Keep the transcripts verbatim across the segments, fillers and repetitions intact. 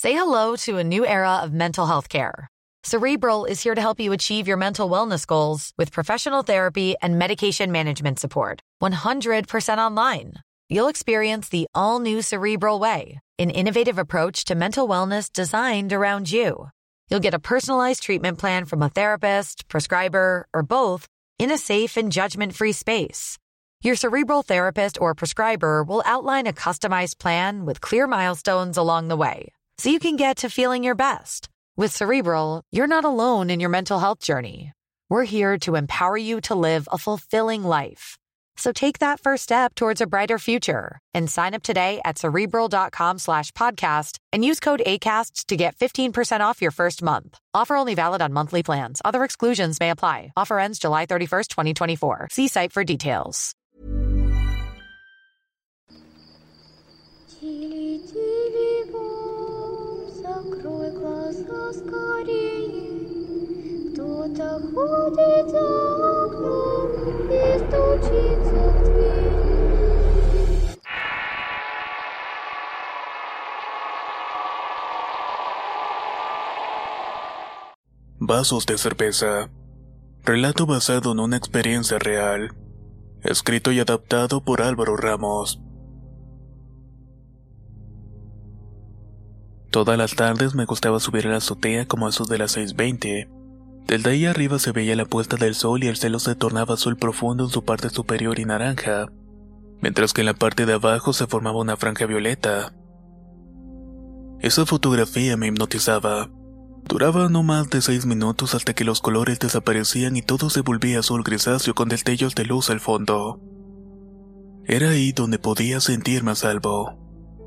Say hello to a new era of mental health care. Cerebral is here to help you achieve your mental wellness goals with professional therapy and medication management support. one hundred percent online. You'll experience the all-new Cerebral Way, an innovative approach to mental wellness designed around you. You'll get a personalized treatment plan from a therapist, prescriber, or both in a safe and judgment-free space. Your Cerebral therapist or prescriber will outline a customized plan with clear milestones along the way, so you can get to feeling your best. With Cerebral, you're not alone in your mental health journey. We're here to empower you to live a fulfilling life. So take that first step towards a brighter future and sign up today at Cerebral.com slash podcast and use code ACAST to get fifteen percent off your first month. Offer only valid on monthly plans. Other exclusions may apply. Offer ends July thirty-first, twenty twenty-four. See site for details. Закрой глаза скорее, кто-то ходит за окном и стучится в дверь. Vasos de cerveza. Relato basado en una experiencia real. Escrito y adaptado por Álvaro Ramos. Todas las tardes me gustaba subir a la azotea como a eso de las seis veinte. Desde ahí arriba se veía la puesta del sol y el cielo se tornaba azul profundo en su parte superior y naranja, mientras que en la parte de abajo se formaba una franja violeta. Esa fotografía me hipnotizaba. Duraba no más de seis minutos hasta que los colores desaparecían y todo se volvía azul grisáceo con destellos de luz al fondo. Era ahí donde podía sentirme a salvo.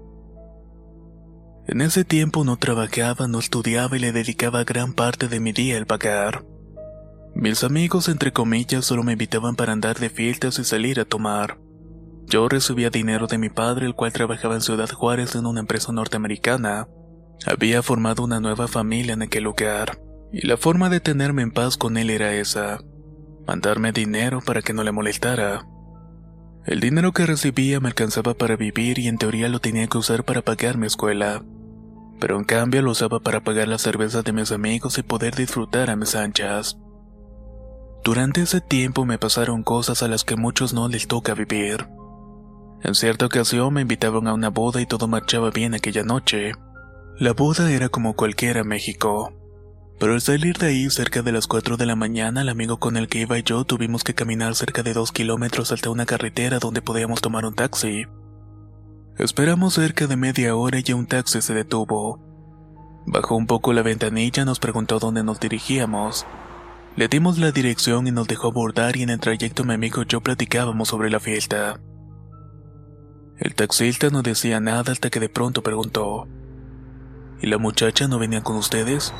En ese tiempo no trabajaba, no estudiaba y le dedicaba gran parte de mi día al vagar. Mis amigos, entre comillas, solo me invitaban para andar de fiestas y salir a tomar. Yo recibía dinero de mi padre, el cual trabajaba en Ciudad Juárez en una empresa norteamericana. Había formado una nueva familia en aquel lugar, y la forma de tenerme en paz con él era esa: mandarme dinero para que no le molestara. El dinero que recibía me alcanzaba para vivir y en teoría lo tenía que usar para pagar mi escuela. Pero en cambio lo usaba para pagar las cervezas de mis amigos y poder disfrutar a mis anchas. Durante ese tiempo me pasaron cosas a las que muchos no les toca vivir. En cierta ocasión me invitaron a una boda y todo marchaba bien aquella noche. La boda era como cualquiera en México. Pero al salir de ahí cerca de las cuatro de la mañana, el amigo con el que iba y yo tuvimos que caminar cerca de dos kilómetros hasta una carretera donde podíamos tomar un taxi. Esperamos cerca de media hora y un taxi se detuvo. Bajó un poco la ventanilla, nos preguntó dónde nos dirigíamos. Le dimos la dirección y nos dejó abordar y en el trayecto mi amigo y yo platicábamos sobre la fiesta. El taxista no decía nada hasta que de pronto preguntó: ¿Y la muchacha no venía con ustedes?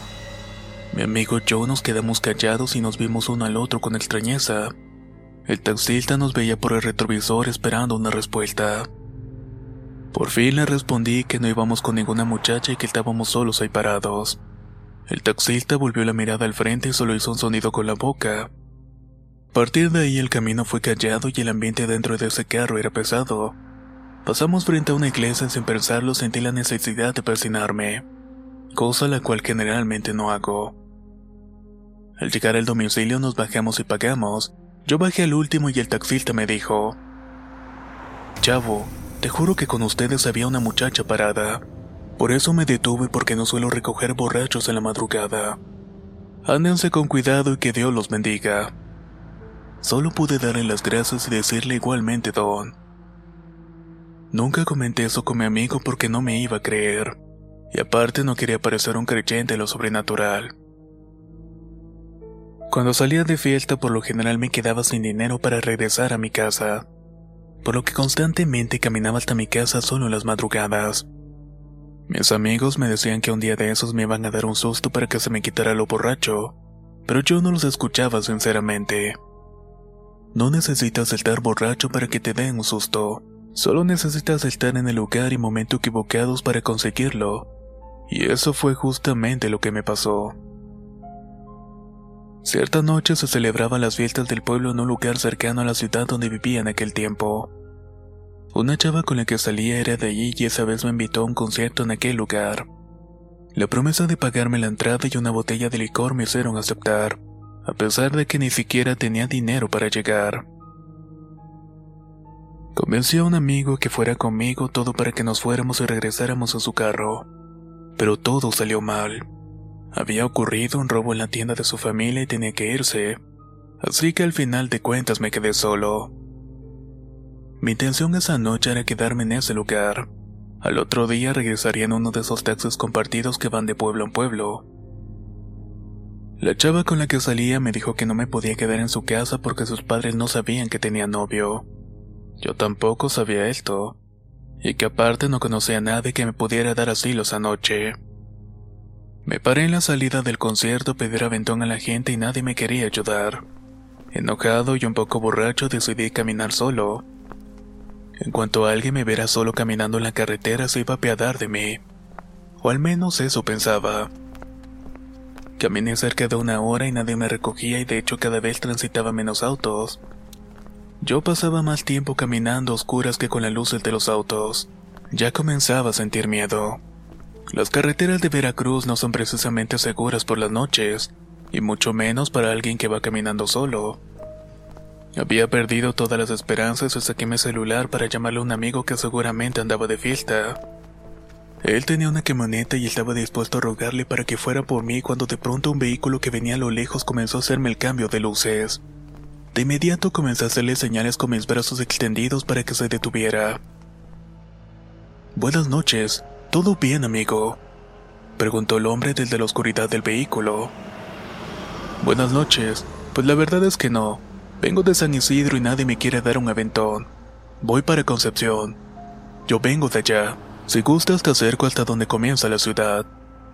Mi amigo y yo nos quedamos callados y nos vimos uno al otro con extrañeza. El taxista nos veía por el retrovisor esperando una respuesta. Por fin le respondí que no íbamos con ninguna muchacha y que estábamos solos ahí parados. El taxista volvió la mirada al frente y solo hizo un sonido con la boca. A partir de ahí el camino fue callado y el ambiente dentro de ese carro era pesado. Pasamos frente a una iglesia y sin pensarlo sentí la necesidad de persinarme, cosa la cual generalmente no hago. Al llegar al domicilio nos bajamos y pagamos. Yo bajé al último y el taxista me dijo: «Chavo, te juro que con ustedes había una muchacha parada. Por eso me detuve porque no suelo recoger borrachos en la madrugada. Ándense con cuidado y que Dios los bendiga». Solo pude darle las gracias y decirle igualmente don. Nunca comenté eso con mi amigo porque no me iba a creer. Y aparte no quería parecer un creyente de lo sobrenatural. Cuando salía de fiesta por lo general me quedaba sin dinero para regresar a mi casa, por lo que constantemente caminaba hasta mi casa solo en las madrugadas. Mis amigos me decían que un día de esos me iban a dar un susto para que se me quitara lo borracho, pero yo no los escuchaba sinceramente. No necesitas estar borracho para que te den un susto, solo necesitas estar en el lugar y momento equivocados para conseguirlo, y eso fue justamente lo que me pasó. Cierta noche se celebraban las fiestas del pueblo en un lugar cercano a la ciudad donde vivía en aquel tiempo. Una chava con la que salía era de allí y esa vez me invitó a un concierto en aquel lugar. La promesa de pagarme la entrada y una botella de licor me hicieron aceptar, a pesar de que ni siquiera tenía dinero para llegar. Convencí a un amigo que fuera conmigo, todo para que nos fuéramos y regresáramos a su carro. Pero todo salió mal. Había ocurrido un robo en la tienda de su familia y tenía que irse, así que al final de cuentas me quedé solo. Mi intención esa noche era quedarme en ese lugar. Al otro día regresaría en uno de esos taxis compartidos que van de pueblo en pueblo. La chava con la que salía me dijo que no me podía quedar en su casa porque sus padres no sabían que tenía novio. Yo tampoco sabía esto, y que aparte no conocía a nadie que me pudiera dar asilo esa noche. Me paré en la salida del concierto a pedir aventón a la gente y nadie me quería ayudar. Enojado y un poco borracho decidí caminar solo. En cuanto alguien me viera solo caminando en la carretera se iba a apiadar de mí, o al menos eso pensaba. Caminé cerca de una hora y nadie me recogía y de hecho cada vez transitaba menos autos. Yo pasaba más tiempo caminando a oscuras que con las luces de los autos. Ya comenzaba a sentir miedo. Las carreteras de Veracruz no son precisamente seguras por las noches, y mucho menos para alguien que va caminando solo. Había perdido todas las esperanzas y saqué mi celular para llamarle a un amigo que seguramente andaba de fiesta. Él tenía una camioneta y estaba dispuesto a rogarle para que fuera por mí cuando de pronto un vehículo que venía a lo lejos comenzó a hacerme el cambio de luces. De inmediato comencé a hacerle señales con mis brazos extendidos para que se detuviera. Buenas noches, ¿todo bien, amigo?, preguntó el hombre desde la oscuridad del vehículo. Buenas noches, pues la verdad es que no. Vengo de San Isidro y nadie me quiere dar un aventón. Voy para Concepción. Yo vengo de allá. Si gustas te acerco hasta donde comienza la ciudad.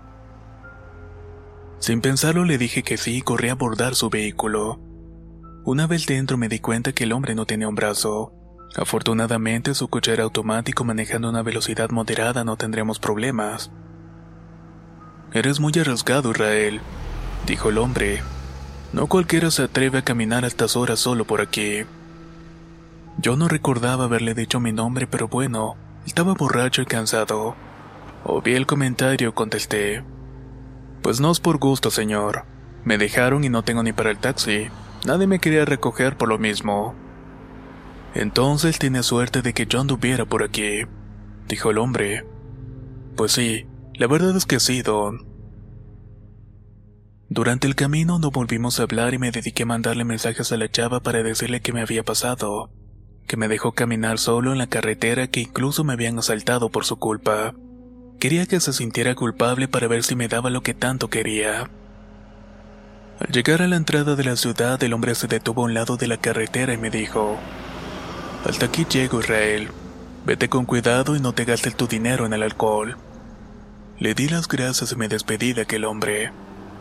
Sin pensarlo le dije que sí y corrí a abordar su vehículo. Una vez dentro me di cuenta que el hombre no tenía un brazo. Afortunadamente su coche era automático, manejando a una velocidad moderada no tendríamos problemas. Eres muy arriesgado, Israel, dijo el hombre. No cualquiera se atreve a caminar a estas horas solo por aquí. Yo no recordaba haberle dicho mi nombre, pero bueno, estaba borracho y cansado. Obvié el comentario, contesté. Pues no es por gusto, señor. Me dejaron y no tengo ni para el taxi. Nadie me quería recoger por lo mismo. Entonces tiene suerte de que yo anduviera por aquí, dijo el hombre. Pues sí, la verdad es que sí, don. Durante el camino no volvimos a hablar y me dediqué a mandarle mensajes a la chava para decirle qué me había pasado, que me dejó caminar solo en la carretera, que incluso me habían asaltado por su culpa. Quería que se sintiera culpable para ver si me daba lo que tanto quería. Al llegar a la entrada de la ciudad, el hombre se detuvo a un lado de la carretera y me dijo: hasta aquí llego, Israel. Vete con cuidado y no te gastes tu dinero en el alcohol. Le di las gracias y me despedí de aquel hombre.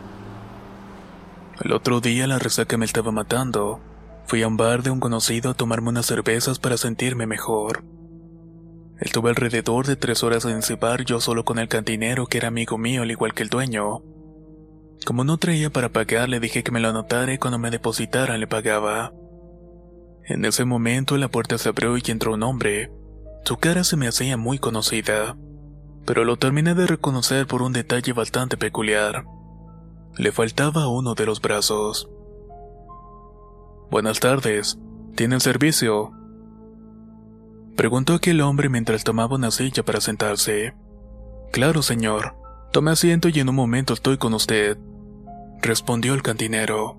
El otro día la resaca me estaba matando. Fui a un bar de un conocido a tomarme unas cervezas para sentirme mejor. Estuve alrededor de tres horas en ese bar yo solo con el cantinero, que era amigo mío al igual que el dueño. Como no traía para pagar, le dije que me lo anotara y cuando me depositaran le pagaba. En ese momento la puerta se abrió y entró un hombre. Su cara se me hacía muy conocida, pero lo terminé de reconocer por un detalle bastante peculiar. Le faltaba uno de los brazos. Buenas tardes, ¿tienen servicio?, preguntó aquel hombre mientras tomaba una silla para sentarse. Claro, señor, tome asiento y en un momento estoy con usted, respondió el cantinero.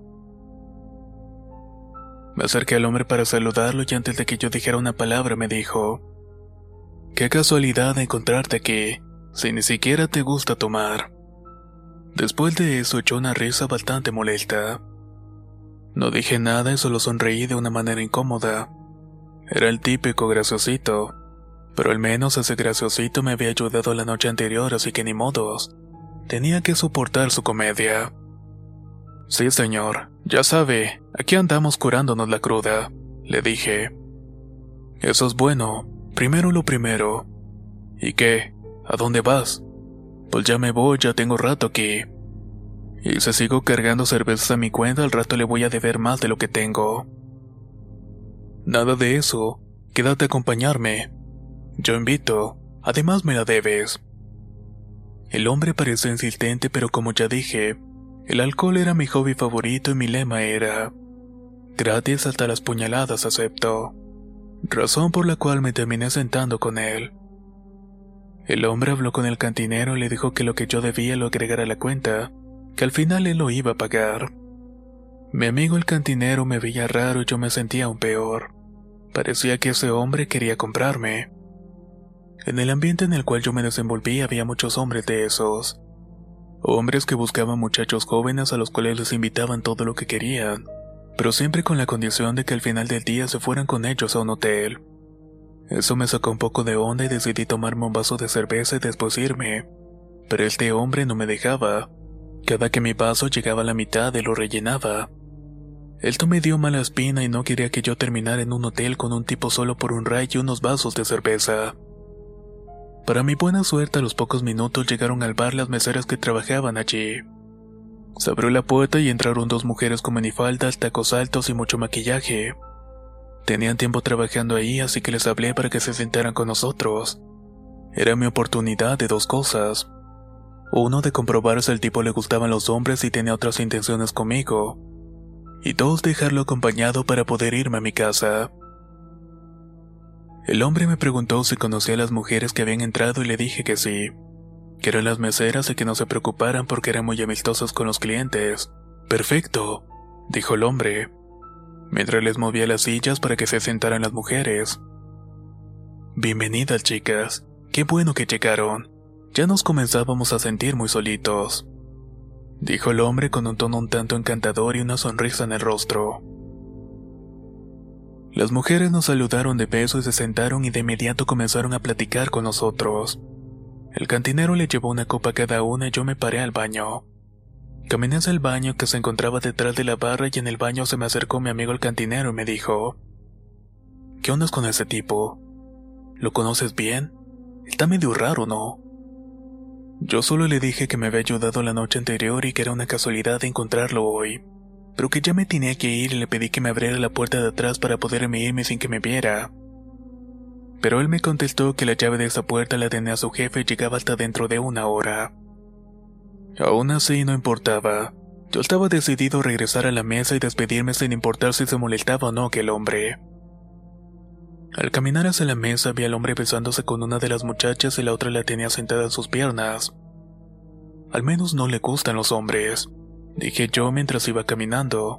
Me acerqué al hombre para saludarlo y antes de que yo dijera una palabra me dijo: qué casualidad encontrarte aquí, si ni siquiera te gusta tomar. Después de eso echó una risa bastante molesta. No dije nada y solo sonreí de una manera incómoda. Era el típico graciosito, pero al menos ese graciosito me había ayudado la noche anterior, así que ni modos. Tenía que soportar su comedia. Sí, señor, ya sabe, aquí andamos curándonos la cruda, le dije. Eso es bueno, primero lo primero. ¿Y qué? ¿A dónde vas? Pues ya me voy, ya tengo rato aquí. Y si sigo cargando cervezas a mi cuenta, al rato le voy a deber más de lo que tengo. Nada de eso, quédate a acompañarme. Yo invito, además me la debes. El hombre parecía insistente, pero como ya dije, el alcohol era mi hobby favorito y mi lema era: gratis hasta las puñaladas acepto. Razón por la cual me terminé sentando con él. El hombre habló con el cantinero y le dijo que lo que yo debía lo agregara a la cuenta, que al final él lo iba a pagar. Mi amigo el cantinero me veía raro y yo me sentía aún peor. Parecía que ese hombre quería comprarme. En el ambiente en el cual yo me desenvolví había muchos hombres de esos. Hombres que buscaban muchachos jóvenes a los cuales les invitaban todo lo que querían, pero siempre con la condición de que al final del día se fueran con ellos a un hotel. Eso me sacó un poco de onda y decidí tomarme un vaso de cerveza y después irme. Pero este hombre no me dejaba. Cada que mi vaso llegaba a la mitad, él lo rellenaba. Esto me dio mala espina y no quería que yo terminara en un hotel con un tipo solo por un ray y unos vasos de cerveza. Para mi buena suerte, a los pocos minutos llegaron al bar las meseras que trabajaban allí. Se abrió la puerta y entraron dos mujeres con minifaldas, tacos altos y mucho maquillaje. Tenían tiempo trabajando ahí, así que les hablé para que se sentaran con nosotros. Era mi oportunidad de dos cosas. Uno, de comprobar si al tipo le gustaban los hombres y tenía otras intenciones conmigo. Y dos, dejarlo acompañado para poder irme a mi casa. El hombre me preguntó si conocía a las mujeres que habían entrado y le dije que sí, que eran las meseras y que no se preocuparan porque eran muy amistosas con los clientes. Perfecto, dijo el hombre, mientras les movía las sillas para que se sentaran las mujeres. Bienvenidas, chicas, qué bueno que llegaron. Ya nos comenzábamos a sentir muy solitos, dijo el hombre con un tono un tanto encantador y una sonrisa en el rostro. Las mujeres nos saludaron de beso y se sentaron y de inmediato comenzaron a platicar con nosotros. El cantinero le llevó una copa a cada una y yo me paré al baño. Caminé hacia el baño que se encontraba detrás de la barra y en el baño se me acercó mi amigo el cantinero y me dijo: ¿Qué onda con ese tipo? ¿Lo conoces bien? Está medio raro, ¿no? Yo solo le dije que me había ayudado la noche anterior y que era una casualidad encontrarlo hoy, pero que ya me tenía que ir y le pedí que me abriera la puerta de atrás para poderme irme sin que me viera. Pero él me contestó que la llave de esa puerta la tenía su jefe y llegaba hasta dentro de una hora. Aún así no importaba. Yo estaba decidido a regresar a la mesa y despedirme sin importar si se molestaba o no aquel hombre. Al caminar hacia la mesa vi al hombre besándose con una de las muchachas y la otra la tenía sentada en sus piernas. Al menos no le gustan los hombres, dije yo mientras iba caminando.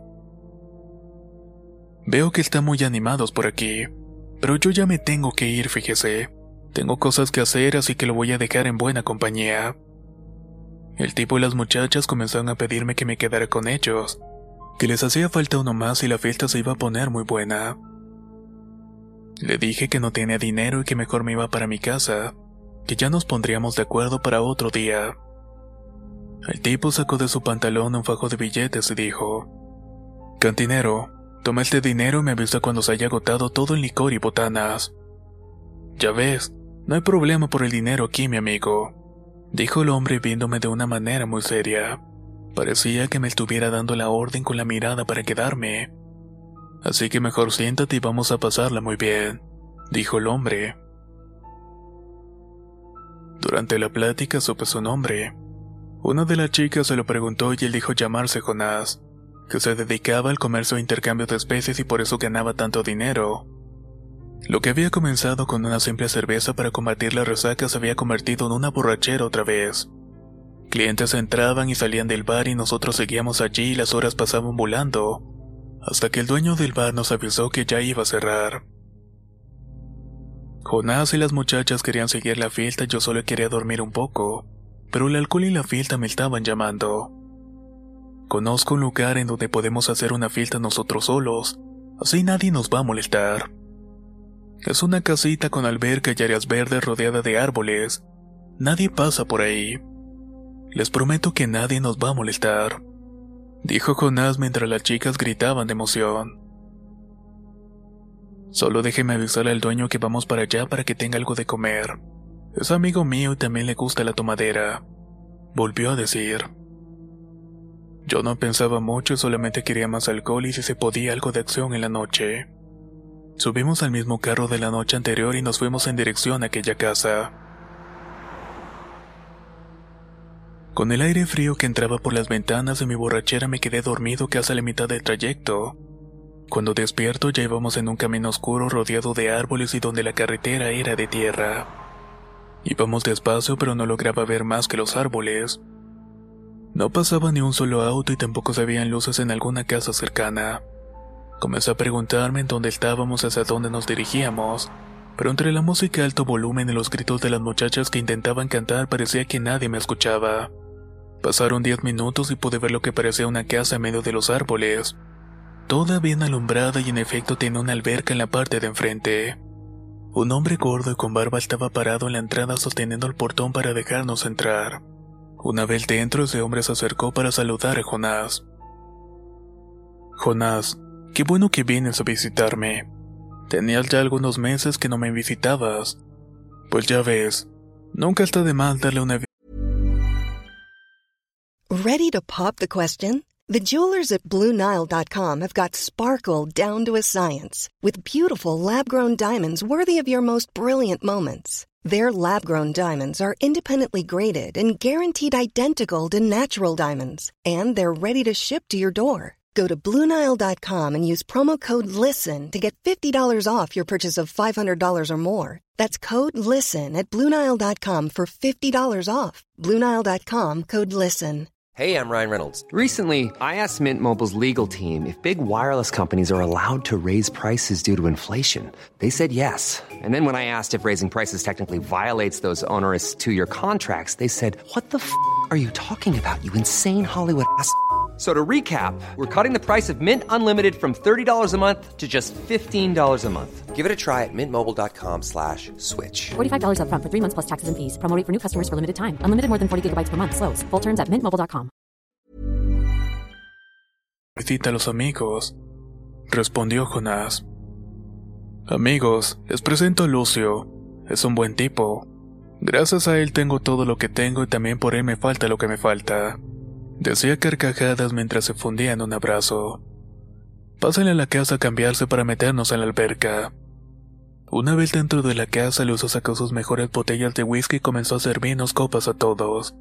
Veo que están muy animados por aquí, pero yo ya me tengo que ir, fíjese. Tengo cosas que hacer, así que lo voy a dejar en buena compañía. El tipo y las muchachas comenzaron a pedirme que me quedara con ellos, que les hacía falta uno más y la fiesta se iba a poner muy buena. Le dije que no tenía dinero y que mejor me iba para mi casa, que ya nos pondríamos de acuerdo para otro día. El tipo sacó de su pantalón un fajo de billetes y dijo: «Cantinero, toma este dinero y me avisa cuando se haya agotado todo el licor y botanas». «Ya ves, no hay problema por el dinero aquí, mi amigo», dijo el hombre viéndome de una manera muy seria. Parecía que me estuviera dando la orden con la mirada para quedarme. «Así que mejor siéntate y vamos a pasarla muy bien», dijo el hombre. Durante la plática supe su nombre. Una de las chicas se lo preguntó y él dijo llamarse Jonás, que se dedicaba al comercio e intercambio de especies y por eso ganaba tanto dinero. Lo que había comenzado con una simple cerveza para combatir la resaca se había convertido en una borrachera otra vez. Clientes entraban y salían del bar y nosotros seguíamos allí y las horas pasaban volando, hasta que el dueño del bar nos avisó que ya iba a cerrar. Jonás y las muchachas querían seguir la fiesta y yo solo quería dormir un poco, pero el alcohol y la fiesta me estaban llamando. Conozco un lugar en donde podemos hacer una fiesta nosotros solos, así nadie nos va a molestar. Es una casita con alberca y áreas verdes rodeada de árboles. Nadie pasa por ahí. Les prometo que nadie nos va a molestar», dijo Jonás mientras las chicas gritaban de emoción. «Solo déjeme avisarle al dueño que vamos para allá para que tenga algo de comer. Es amigo mío y también le gusta la tomadera», volvió a decir. Yo no pensaba mucho y solamente quería más alcohol y si se podía algo de acción en la noche. Subimos al mismo carro de la noche anterior y nos fuimos en dirección a aquella casa. Con el aire frío que entraba por las ventanas de mi borrachera me quedé dormido casi a la mitad del trayecto. Cuando despierto ya íbamos en un camino oscuro rodeado de árboles y donde la carretera era de tierra. Íbamos despacio pero no lograba ver más que los árboles. No pasaba ni un solo auto y tampoco se veían luces en alguna casa cercana. Comencé a preguntarme en dónde estábamos, hacia dónde nos dirigíamos, pero entre la música a alto volumen y los gritos de las muchachas que intentaban cantar parecía que nadie me escuchaba. Pasaron diez minutos y pude ver lo que parecía una casa en medio de los árboles. Toda bien alumbrada y en efecto tenía una alberca en la parte de enfrente. Un hombre gordo y con barba estaba parado en la entrada sosteniendo el portón para dejarnos entrar. Una vez dentro, ese hombre se acercó para saludar a Jonás. Jonás, qué bueno que vienes a visitarme. Tenías ya algunos meses que no me visitabas. Pues ya ves, nunca está de más darle una visita. Ready to pop the question? The jewelers at Blue Nile dot com have got sparkle down to a science with beautiful lab-grown diamonds worthy of your most brilliant moments. Their lab-grown diamonds are independently graded and guaranteed identical to natural diamonds, and they're ready to ship to your door. Go to Blue Nile dot com and use promo code LISTEN to get fifty dollars off your purchase of five hundred dollars or more. That's code LISTEN at Blue Nile dot com for fifty dollars off. Blue Nile dot com, code LISTEN. Hey, I'm Ryan Reynolds. Recently, I asked Mint Mobile's legal team if big wireless companies are allowed to raise prices due to inflation. They said yes. And then when I asked if raising prices technically violates those onerous two-year contracts, they said, what the f*** are you talking about, you insane Hollywood ass f- So to recap, we're cutting the price of Mint Unlimited from thirty dollars a month to just fifteen dollars a month. Give it a try at mintmobile.com slash switch. forty-five dollars up front for three months plus taxes and fees. Promo rate for new customers for limited time. Unlimited more than forty gigabytes per month. Slows full terms at mint mobile dot com. Visita a los amigos, respondió Jonás. Amigos, les presento a Lucio. Es un buen tipo. Gracias a él tengo todo lo que tengo y también por él me falta lo que me falta. Decía carcajadas mientras se fundía en un abrazo. Pásenle a la casa a cambiarse para meternos en la alberca. Una vez dentro de la casa, Lucio sacó sus mejores botellas de whisky y comenzó a servirnos copas a todos.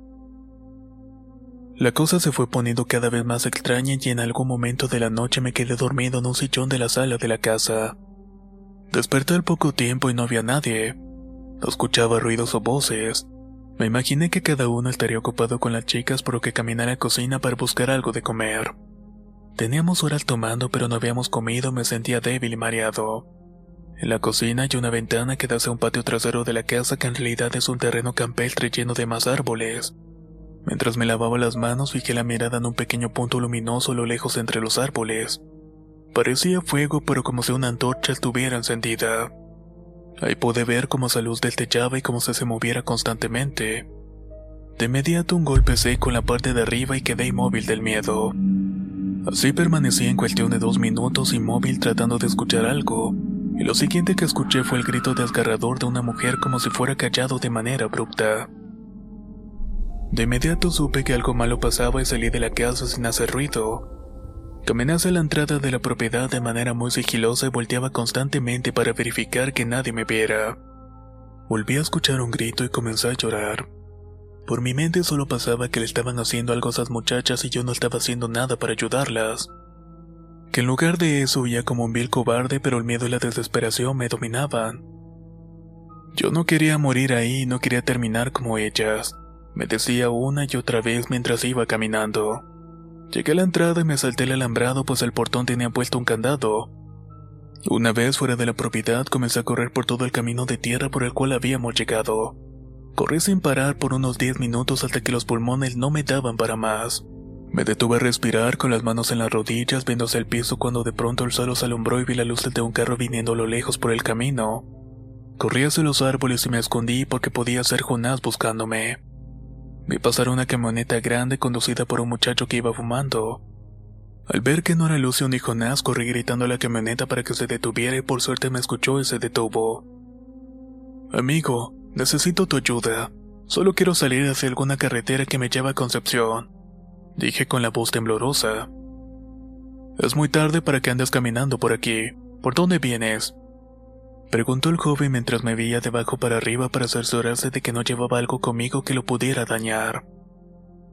La cosa se fue poniendo cada vez más extraña y en algún momento de la noche me quedé dormido en un sillón de la sala de la casa. Desperté al poco tiempo y no había nadie. No escuchaba ruidos o voces. Me imaginé que cada uno estaría ocupado con las chicas, por lo que caminé a la cocina para buscar algo de comer. Teníamos horas tomando, pero no habíamos comido, me sentía débil y mareado. En la cocina hay una ventana que da hacia un patio trasero de la casa que en realidad es un terreno campestre lleno de más árboles. Mientras me lavaba las manos, fijé la mirada en un pequeño punto luminoso a lo lejos entre los árboles. Parecía fuego, pero como si una antorcha estuviera encendida. Ahí pude ver cómo esa luz destellaba y cómo se, se moviera constantemente. De inmediato un golpe seco en la parte de arriba y quedé inmóvil del miedo. Así permanecí en cuestión de dos minutos inmóvil tratando de escuchar algo, y lo siguiente que escuché fue el grito desgarrador de una mujer como si fuera callado de manera abrupta. De inmediato supe que algo malo pasaba y salí de la casa sin hacer ruido. Caminé hacia la entrada de la propiedad de manera muy sigilosa y volteaba constantemente para verificar que nadie me viera. Volví a escuchar un grito y comencé a llorar. Por mi mente solo pasaba que le estaban haciendo algo a esas muchachas y yo no estaba haciendo nada para ayudarlas. Que en lugar de eso huía como un vil cobarde, pero el miedo y la desesperación me dominaban. Yo no quería morir ahí, no quería terminar como ellas, me decía una y otra vez mientras iba caminando. Llegué a la entrada y me salté el alambrado pues el portón tenía puesto un candado. Una vez fuera de la propiedad comencé a correr por todo el camino de tierra por el cual habíamos llegado. Corrí sin parar por unos diez minutos hasta que los pulmones no me daban para más. Me detuve a respirar con las manos en las rodillas viendo hacia el piso cuando de pronto el suelo se alumbró y vi la luz de un carro viniendo a lo lejos por el camino. Corrí hacia los árboles y me escondí porque podía ser Jonás buscándome. Vi pasar una camioneta grande conducida por un muchacho que iba fumando. Al ver que no era Lucio ni Jonás, corrí gritando a la camioneta para que se detuviera y por suerte me escuchó y se detuvo. Amigo, necesito tu ayuda. Solo quiero salir hacia alguna carretera que me lleve a Concepción, dije con la voz temblorosa. Es muy tarde para que andes caminando por aquí. ¿Por dónde vienes?, preguntó el joven mientras me veía de abajo para arriba para cerciorarse de que no llevaba algo conmigo que lo pudiera dañar.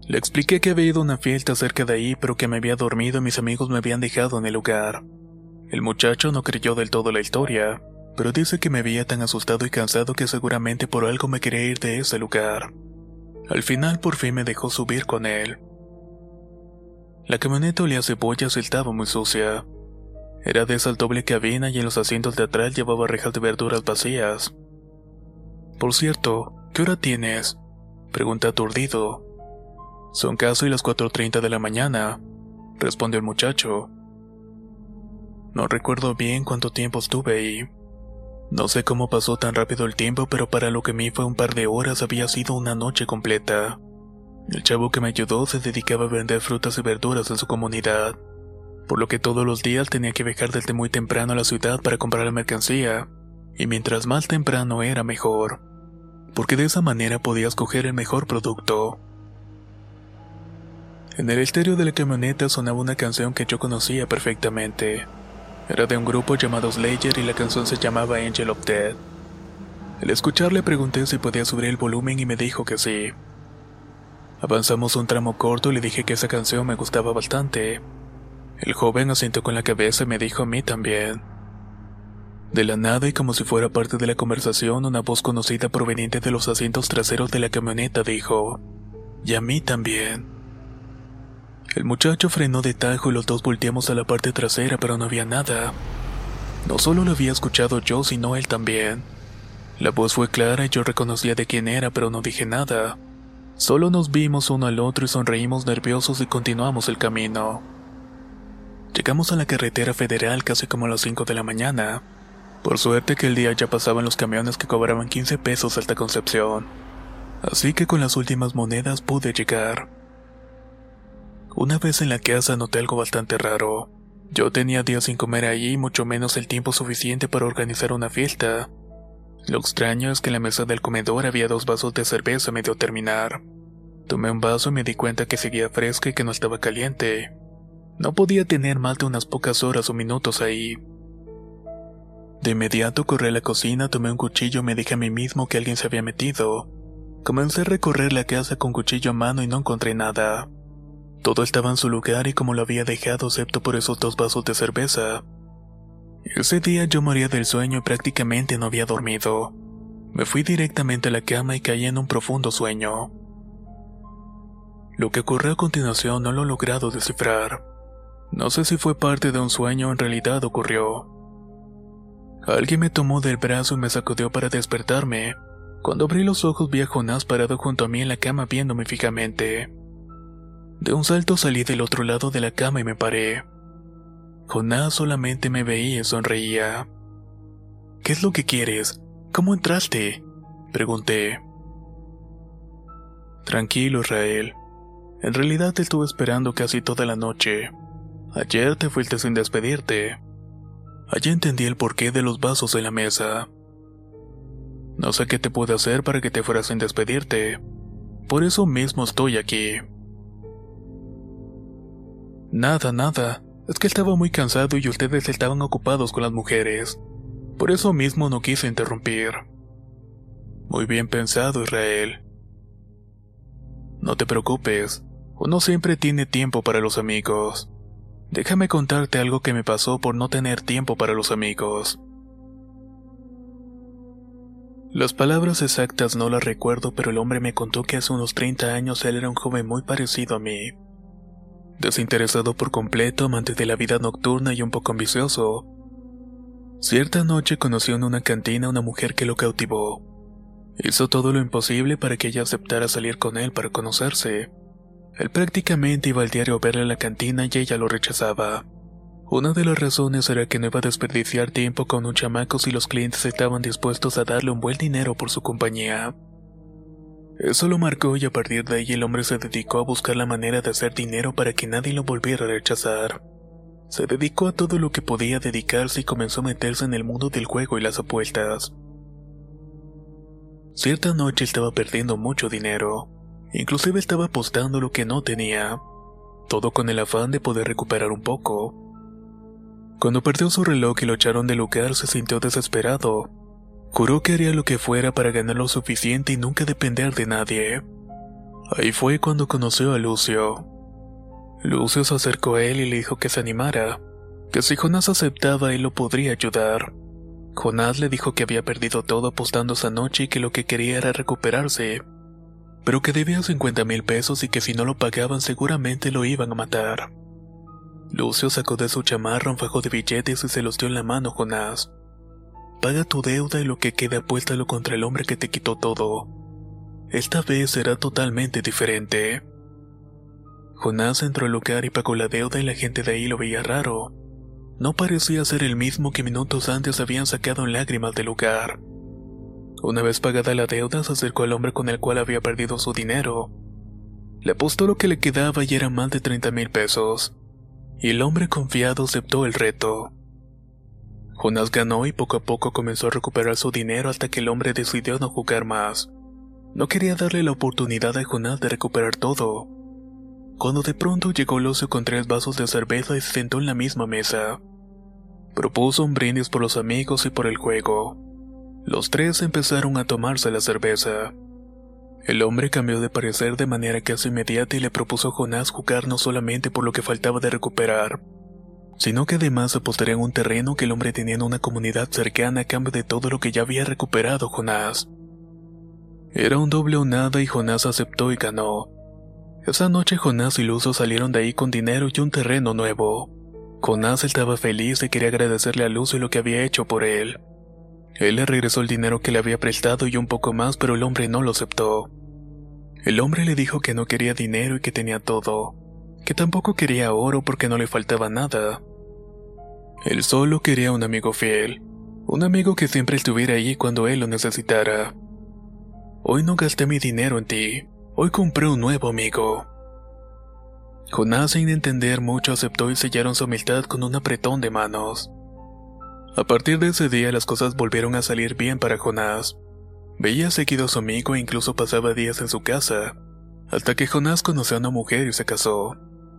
Le expliqué que había ido a una fiesta cerca de ahí, pero que me había dormido y mis amigos me habían dejado en el lugar. El muchacho no creyó del todo la historia, pero dice que me veía tan asustado y cansado que seguramente por algo me quería ir de ese lugar. Al final por fin me dejó subir con él. La camioneta olía a cebollas y estaba muy sucia. Era de esa doble cabina y en los asientos de atrás llevaba rejas de verduras vacías. Por cierto, ¿qué hora tienes?, pregunté aturdido. Son casi las cuatro treinta de la mañana, respondió el muchacho. No recuerdo bien cuánto tiempo estuve ahí. No sé cómo pasó tan rápido el tiempo, pero para lo que me fue un par de horas había sido una noche completa. El chavo que me ayudó se dedicaba a vender frutas y verduras en su comunidad, por lo que todos los días tenía que viajar desde muy temprano a la ciudad para comprar la mercancía, y mientras más temprano era mejor, porque de esa manera podía escoger el mejor producto. En el estéreo de la camioneta sonaba una canción que yo conocía perfectamente. Era de un grupo llamado Slayer y la canción se llamaba Angel of Death. Al escucharle pregunté si podía subir el volumen y me dijo que sí. Avanzamos un tramo corto y le dije que esa canción me gustaba bastante. El joven asintió con la cabeza y me dijo a mí también. De la nada y como si fuera parte de la conversación, una voz conocida proveniente de los asientos traseros de la camioneta dijo: «Y a mí también». El muchacho frenó de tajo y los dos volteamos a la parte trasera, pero no había nada. No solo lo había escuchado yo, sino él también. La voz fue clara y yo reconocía de quién era, pero no dije nada. Solo nos vimos uno al otro y sonreímos nerviosos y continuamos el camino. Llegamos a la carretera federal casi como a las cinco de la mañana. Por suerte que el día ya pasaban los camiones que cobraban quince pesos hasta Concepción. Así que con las últimas monedas pude llegar. Una vez en la casa noté algo bastante raro. Yo tenía días sin comer ahí y mucho menos el tiempo suficiente para organizar una fiesta. Lo extraño es que en la mesa del comedor había dos vasos de cerveza a medio terminar. Tomé un vaso y me di cuenta que seguía fresca y que no estaba caliente. No podía tener más de unas pocas horas o minutos ahí. De inmediato corrí a la cocina, tomé un cuchillo y me dije a mí mismo que alguien se había metido. Comencé a recorrer la casa con cuchillo a mano y no encontré nada. Todo estaba en su lugar y como lo había dejado excepto por esos dos vasos de cerveza. Ese día yo moría del sueño y prácticamente no había dormido. Me fui directamente a la cama y caí en un profundo sueño. Lo que ocurrió a continuación no lo he logrado descifrar. No sé si fue parte de un sueño o en realidad ocurrió. Alguien me tomó del brazo y me sacudió para despertarme. Cuando abrí los ojos vi a Jonás parado junto a mí en la cama viéndome fijamente. De un salto salí del otro lado de la cama y me paré. Jonás solamente me veía y sonreía. «¿Qué es lo que quieres? ¿Cómo entraste?», pregunté. «Tranquilo, Israel. En realidad te estuve esperando casi toda la noche. Ayer te fuiste sin despedirte. Allí entendí el porqué de los vasos en la mesa. No sé qué te puedo hacer para que te fueras sin despedirte. Por eso mismo estoy aquí». «Nada, nada. Es que estaba muy cansado y ustedes estaban ocupados con las mujeres. Por eso mismo no quise interrumpir». «Muy bien pensado, Israel. No te preocupes. Uno siempre tiene tiempo para los amigos. Déjame contarte algo que me pasó por no tener tiempo para los amigos». Las palabras exactas no las recuerdo, pero el hombre me contó que hace unos treinta años él era un joven muy parecido a mí. Desinteresado por completo, amante de la vida nocturna y un poco ambicioso. Cierta noche conoció en una cantina a una mujer que lo cautivó. Hizo todo lo imposible para que ella aceptara salir con él para conocerse. Él prácticamente iba al diario a verla en la cantina y ella lo rechazaba. Una de las razones era que no iba a desperdiciar tiempo con un chamaco si los clientes estaban dispuestos a darle un buen dinero por su compañía. Eso lo marcó y a partir de ahí el hombre se dedicó a buscar la manera de hacer dinero para que nadie lo volviera a rechazar. Se dedicó a todo lo que podía dedicarse y comenzó a meterse en el mundo del juego y las apuestas. Cierta noche estaba perdiendo mucho dinero, inclusive estaba apostando lo que no tenía, todo con el afán de poder recuperar un poco. Cuando perdió su reloj y lo echaron del lugar se sintió desesperado. Juró que haría lo que fuera para ganar lo suficiente y nunca depender de nadie. Ahí fue cuando conoció a Lucio. Lucio se acercó a él y le dijo que se animara, que si Jonás aceptaba él lo podría ayudar. Jonás le dijo que había perdido todo apostando esa noche y que lo que quería era recuperarse, pero que debía cincuenta mil pesos y que si no lo pagaban seguramente lo iban a matar. Lucio sacó de su chamarra un fajo de billetes y se los dio en la mano a Jonás. Paga tu deuda y lo que quede apuéstalo contra el hombre que te quitó todo. Esta vez será totalmente diferente. Jonás entró al lugar y pagó la deuda y la gente de ahí lo veía raro. No parecía ser el mismo que minutos antes habían sacado en lágrimas del lugar. Una vez pagada la deuda, se acercó al hombre con el cual había perdido su dinero. Le apostó lo que le quedaba y eran más de treinta mil pesos. Y el hombre confiado aceptó el reto. Jonás ganó y poco a poco comenzó a recuperar su dinero hasta que el hombre decidió no jugar más. No quería darle la oportunidad a Jonás de recuperar todo. Cuando de pronto llegó Lucio con tres vasos de cerveza y se sentó en la misma mesa. Propuso un brindis por los amigos y por el juego. Los tres empezaron a tomarse la cerveza. El hombre cambió de parecer de manera casi inmediata y le propuso a Jonás jugar no solamente por lo que faltaba de recuperar, sino que además apostaría en un terreno que el hombre tenía en una comunidad cercana a cambio de todo lo que ya había recuperado Jonás. Era un doble o nada y Jonás aceptó y ganó. Esa noche Jonás y Lucio salieron de ahí con dinero y un terreno nuevo. Jonás estaba feliz y quería agradecerle a Lucio lo que había hecho por él. Él le regresó el dinero que le había prestado y un poco más, pero el hombre no lo aceptó. El hombre le dijo que no quería dinero y que tenía todo, que tampoco quería oro porque no le faltaba nada. Él solo quería un amigo fiel, un amigo que siempre estuviera allí cuando él lo necesitara. Hoy no gasté mi dinero en ti. Hoy compré un nuevo amigo. Jonás, sin entender mucho, aceptó y sellaron su amistad con un apretón de manos. A partir de ese día las cosas volvieron a salir bien para Jonás. Veía seguido a su amigo e incluso pasaba días en su casa, hasta que Jonás conoció a una mujer y se casó.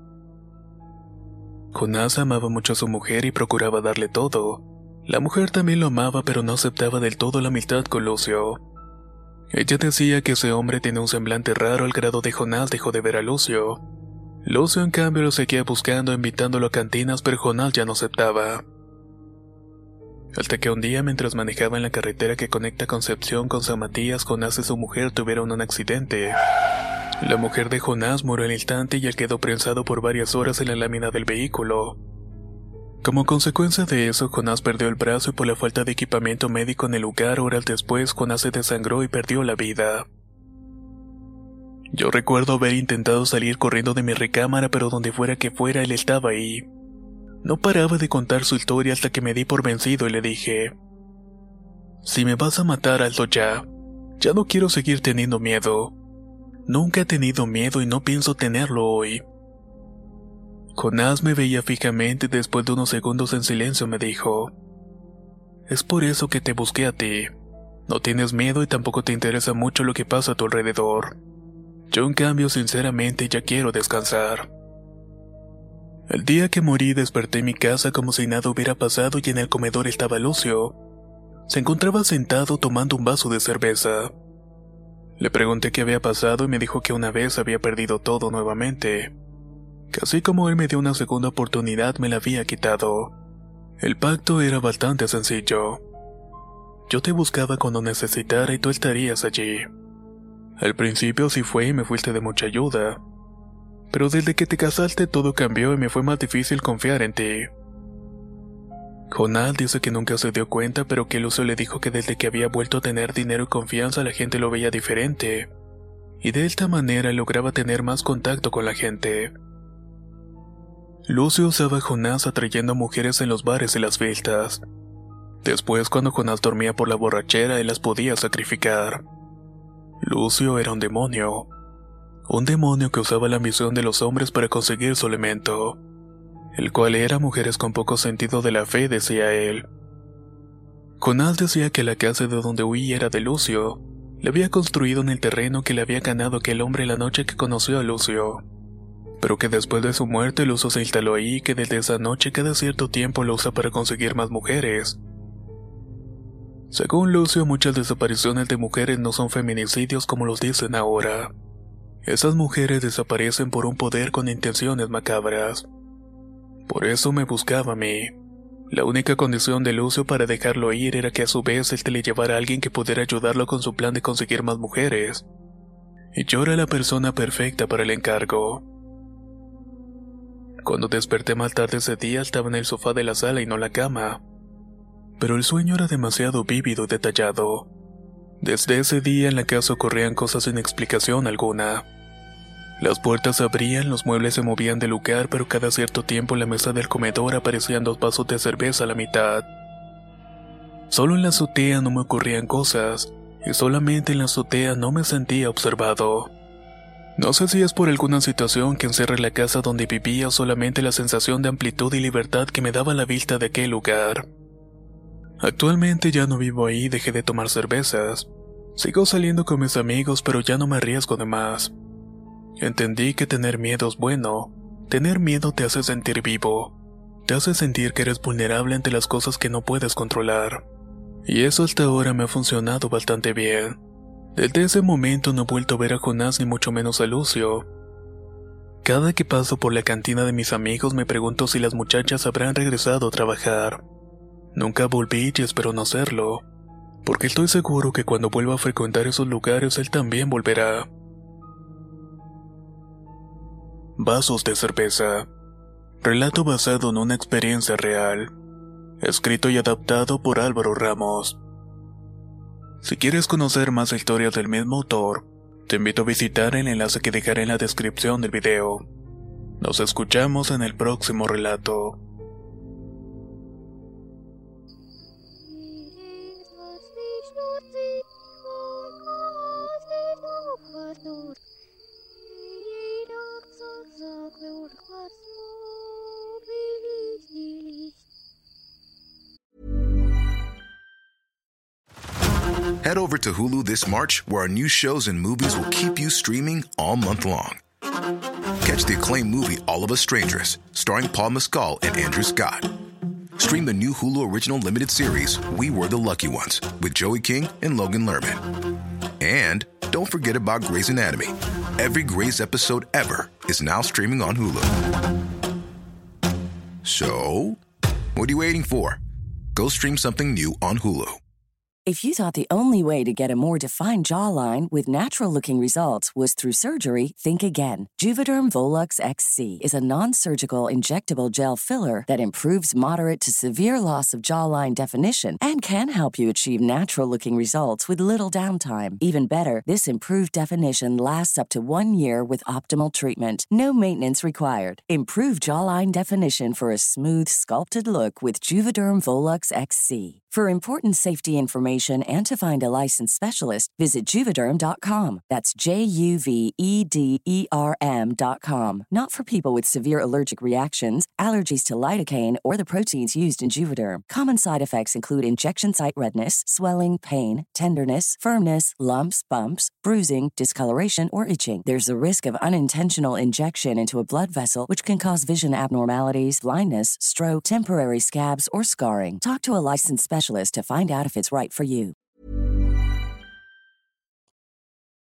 Jonás amaba mucho a su mujer y procuraba darle todo. La mujer también lo amaba, pero no aceptaba del todo la amistad con Lucio. Ella decía que ese hombre tenía un semblante raro al grado de Jonás dejó de ver a Lucio. Lucio en cambio lo seguía buscando, invitándolo a cantinas, pero Jonás ya no aceptaba. Hasta que un día, mientras manejaba en la carretera que conecta Concepción con San Matías, Jonás y su mujer tuvieron un accidente. La mujer de Jonás murió al instante y él quedó prensado por varias horas en la lámina del vehículo. Como consecuencia de eso, Jonás perdió el brazo y por la falta de equipamiento médico en el lugar, horas después, Jonás se desangró y perdió la vida. Yo recuerdo haber intentado salir corriendo de mi recámara, pero donde fuera que fuera, él estaba ahí. No paraba de contar su historia hasta que me di por vencido y le dije: si me vas a matar, hazlo ya. Ya no quiero seguir teniendo miedo. Nunca he tenido miedo y no pienso tenerlo hoy. Jonás me veía fijamente y después de unos segundos en silencio me dijo: es por eso que te busqué a ti. No tienes miedo y tampoco te interesa mucho lo que pasa a tu alrededor. Yo en cambio sinceramente ya quiero descansar. El día que morí desperté en mi casa como si nada hubiera pasado y en el comedor estaba Lucio. Se encontraba sentado tomando un vaso de cerveza. Le pregunté qué había pasado y me dijo que una vez había perdido todo nuevamente. Que así como él me dio una segunda oportunidad me la había quitado. El pacto era bastante sencillo. Yo te buscaba cuando necesitara y tú estarías allí. Al principio sí fue y me fuiste de mucha ayuda. Pero desde que te casaste todo cambió y me fue más difícil confiar en ti. Jonás dice que nunca se dio cuenta, pero que Lucio le dijo que desde que había vuelto a tener dinero y confianza la gente lo veía diferente. Y de esta manera lograba tener más contacto con la gente. Lucio usaba a Jonás atrayendo a mujeres en los bares y las fiestas. Después, cuando Jonás dormía por la borrachera, él las podía sacrificar. Lucio era un demonio. Un demonio que usaba la ambición de los hombres para conseguir su alimento, el cual era mujeres con poco sentido de la fe, decía él. Jonás decía que la casa de donde huía era de Lucio. Le había construido en el terreno que le había ganado aquel hombre la noche que conoció a Lucio. Pero que después de su muerte Lucio se instaló ahí y que desde esa noche cada cierto tiempo lo usa para conseguir más mujeres. Según Lucio, muchas desapariciones de mujeres no son feminicidios como los dicen ahora. Esas mujeres desaparecen por un poder con intenciones macabras. Por eso me buscaba a mí. La única condición de Lucio para dejarlo ir era que a su vez él te le llevara a alguien que pudiera ayudarlo con su plan de conseguir más mujeres. Y yo era la persona perfecta para el encargo. Cuando desperté más tarde ese día estaba en el sofá de la sala y no la cama. Pero el sueño era demasiado vívido y detallado. Desde ese día en la casa ocurrían cosas sin explicación alguna. Las puertas se abrían, los muebles se movían de lugar, pero cada cierto tiempo en la mesa del comedor aparecían dos vasos de cerveza a la mitad. Solo en la azotea no me ocurrían cosas, y solamente en la azotea no me sentía observado. No sé si es por alguna situación que encierra la casa donde vivía o solamente la sensación de amplitud y libertad que me daba la vista de aquel lugar. Actualmente ya no vivo ahí y dejé de tomar cervezas. Sigo saliendo con mis amigos, pero ya no me arriesgo de más. Entendí que tener miedo es bueno. Tener miedo te hace sentir vivo. Te hace sentir que eres vulnerable ante las cosas que no puedes controlar. Y eso hasta ahora me ha funcionado bastante bien. Desde ese momento no he vuelto a ver a Jonás ni mucho menos a Lucio. Cada que paso por la cantina de mis amigos me pregunto si las muchachas habrán regresado a trabajar. Nunca volví y espero no hacerlo, porque estoy seguro que cuando vuelva a frecuentar esos lugares él también volverá. Vasos de cerveza. Relato basado en una experiencia real. Escrito y adaptado por Álvaro Ramos. Si quieres conocer más historias del mismo autor, te invito a visitar el enlace que dejaré en la descripción del video. Nos escuchamos en el próximo relato. Head over to Hulu this March, where our new shows and movies will keep you streaming all month long. Catch the acclaimed movie All of Us Strangers, starring Paul Mescal and Andrew Scott. Stream the new Hulu original limited series We Were the Lucky Ones with Joey King and Logan Lerman. And don't forget about Grey's Anatomy. Every Grey's episode ever is now streaming on Hulu. So, what are you waiting for? Go stream something new on Hulu. If you thought the only way to get a more defined jawline with natural-looking results was through surgery, think again. Juvederm Volux X C is a non-surgical injectable gel filler that improves moderate to severe loss of jawline definition and can help you achieve natural-looking results with little downtime. Even better, this improved definition lasts up to one year with optimal treatment. No maintenance required. Improve jawline definition for a smooth, sculpted look with Juvederm Volux X C. For important safety information and to find a licensed specialist, visit Juvederm dot com. That's J U V E D E R M dot com. Not for people with severe allergic reactions, allergies to lidocaine, or the proteins used in Juvederm. Common side effects include injection site redness, swelling, pain, tenderness, firmness, lumps, bumps, bruising, discoloration, or itching. There's a risk of unintentional injection into a blood vessel, which can cause vision abnormalities, blindness, stroke, temporary scabs, or scarring. Talk to a licensed specialist to find out if it's right for you.